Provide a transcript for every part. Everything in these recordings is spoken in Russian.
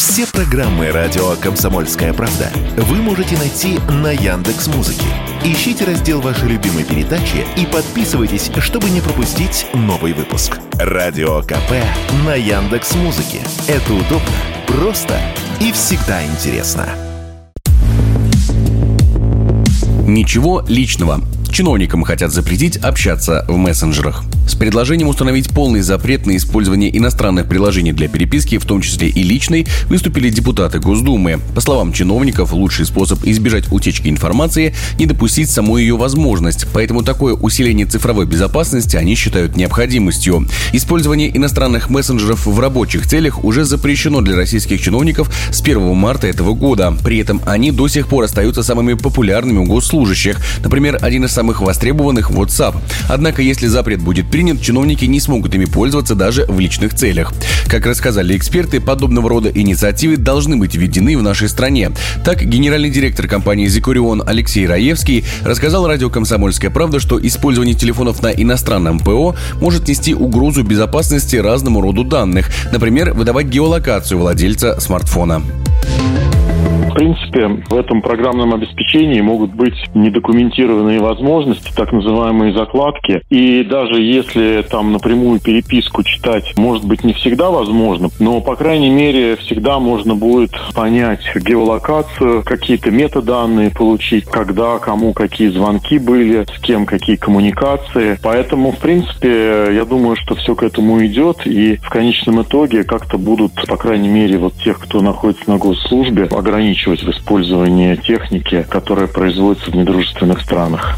Все программы радио «Комсомольская правда» вы можете найти на Яндекс.Музыке. Ищите раздел вашей любимой передачи и подписывайтесь, чтобы не пропустить новый выпуск. Радио КП на Яндекс.Музыке. Это удобно, просто и всегда интересно. Ничего личного. Чиновникам хотят запретить общаться в мессенджерах. С предложением установить полный запрет на использование иностранных приложений для переписки, в том числе и личной, выступили депутаты Госдумы. По словам чиновников, лучший способ избежать утечки информации – не допустить саму ее возможность. Поэтому такое усиление цифровой безопасности они считают необходимостью. Использование иностранных мессенджеров в рабочих целях уже запрещено для российских чиновников с 1 марта этого года. При этом они до сих пор остаются самыми популярными у госслужащих. Например, один из самых востребованных – WhatsApp. Однако, если запрет будет принят, чиновники не смогут ими пользоваться даже в личных целях. Как рассказали эксперты, подобного рода инициативы должны быть введены в нашей стране. Так, генеральный директор компании «Зикурион» Алексей Раевский рассказал радио «Комсомольская правда», что использование телефонов на иностранном ПО может нести угрозу безопасности разному роду данных. Например, выдавать геолокацию владельца смартфона. В принципе, в этом программном обеспечении могут быть недокументированные возможности, так называемые закладки. И даже если там напрямую переписку читать, может быть, не всегда возможно, но, по крайней мере, всегда можно будет понять геолокацию, какие-то метаданные получить, когда, кому какие звонки были, с кем какие коммуникации. Поэтому, в принципе, я думаю, что все к этому идет. И в конечном итоге как-то будут, по крайней мере, вот тех, кто находится на госслужбе, ограничивать в использовании техники, которая производится в недружественных странах.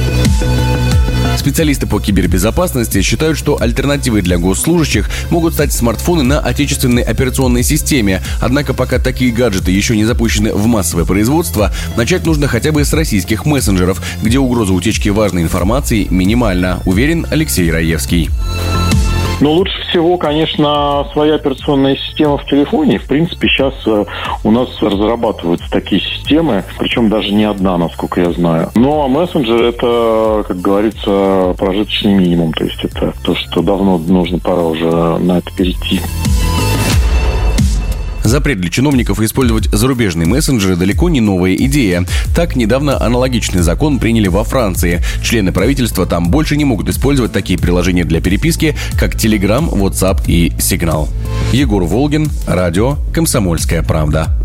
Специалисты по кибербезопасности считают, что альтернативой для госслужащих могут стать смартфоны на отечественной операционной системе. Однако пока такие гаджеты еще не запущены в массовое производство, начать нужно хотя бы с российских мессенджеров, где угроза утечки важной информации минимальна, уверен Алексей Раевский. Но лучше всего, конечно, своя операционная система в телефоне. В принципе, сейчас у нас разрабатываются такие системы, причем даже не одна, насколько я знаю. Но мессенджер – это, как говорится, прожиточный минимум. То есть это то, что давно нужно, пора уже на это перейти. Запрет для чиновников использовать зарубежные мессенджеры далеко не новая идея. Так, недавно аналогичный закон приняли во Франции. Члены правительства там больше не могут использовать такие приложения для переписки, как Telegram, WhatsApp и Signal. Егор Волгин, радио «Комсомольская правда».